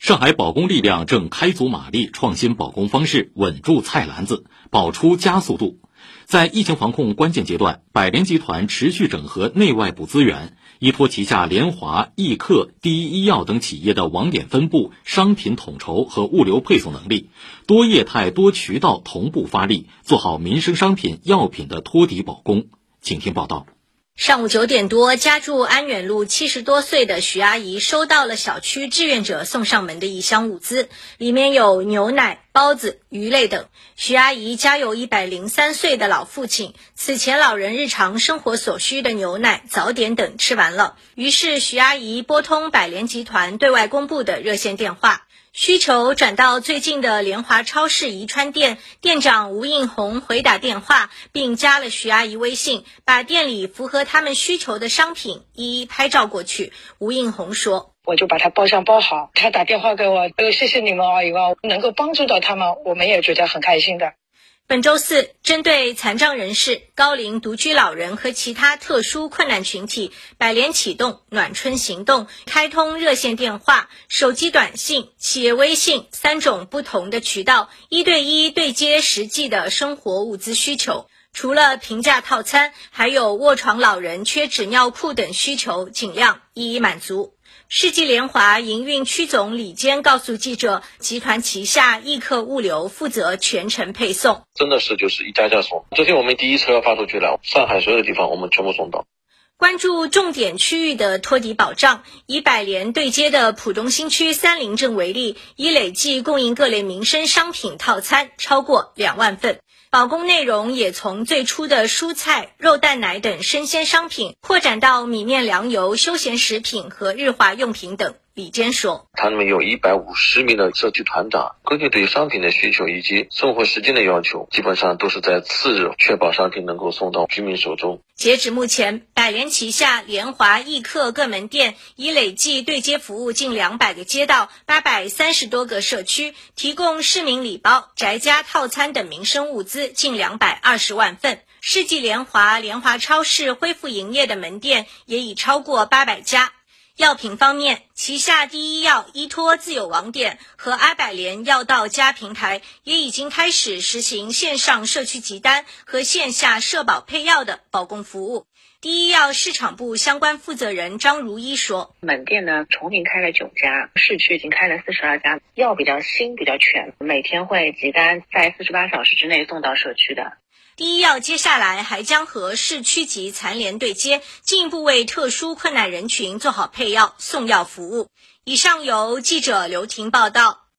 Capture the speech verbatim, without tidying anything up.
上海保供力量正开足马力创新保供方式，稳住菜篮子，保出加速度。在疫情防控关键阶段，百联集团持续整合内外部资源，依托旗下联华、易客、第一医药等企业的网点分布、商品统筹和物流配送能力，多业态多渠道同步发力，做好民生商品、药品的托底保供。请听报道。 上午九点多，家住安远路七十多岁的徐阿姨收到了小区志愿者送上门的一箱物资，里面有牛奶、包子、鱼类等。徐阿姨家有一百零三岁的老父亲，此前老人日常生活所需的牛奶、早点等吃完了，于是徐阿姨拨通百联集团对外公布的热线电话。需求转到最近的联华超市宜川店，店长吴应红回打电话，并加了徐阿姨微信，把店里符合他们需求的商品一一拍照过去。吴应红说： 我就把它包箱包好，他打电话给我，呃，谢谢你们啊，以后能够帮助到他们，我们也觉得很开心的。 本周四，针对残障人士、高龄独居老人和其他特殊困难群体，百联启动暖春行动，开通热线电话、手机短信、企业微信三种不同的渠道，一对一对接实际的生活物资需求。除了平价套餐，还有卧床老人缺纸尿裤等需求，尽量一一满足。世纪联华营运区总李坚告诉记者，集团旗下易客物流负责全程配送， 真的是就是一家家送。昨天我们第一车要发出去了，上海所有的地方我们全部送到。 关注重点区域的托底保障，以百联对接的浦东新区三林镇为例，已累计供应各类民生商品套餐超过两万份。保供内容也从最初的蔬菜、肉蛋奶等生鲜商品，扩展到米面粮油、休闲食品和日化用品等。李坚说， 他们有一百五十名的社区团长，根据对商品的需求以及送货时间的要求，基本上都是在次日确保商品能够送到居民手中。 截止目前，百联旗下联华、易客各门店已累计对接服务近两百个街道、八百三十多个社区，提供市民礼包、宅家套餐等民生物资近两百二十万份。世纪联华、联华超市恢复营业的门店也已超过八百家。药品方面，旗下第一药依托自有网点和阿百联药到家平台也已经开始实行线上社区集单和线下社保配药的保供服务。第一药市场部相关负责人张如一说， 门店呢，重庆开了九家，市区已经开了四十二家，药比较新比较全，每天会集单在四十八小时之内送到社区的。 第一药接下来还将和市区级残联对接，进一步为特殊困难人群做好配药送药服务。以上由记者刘婷报道。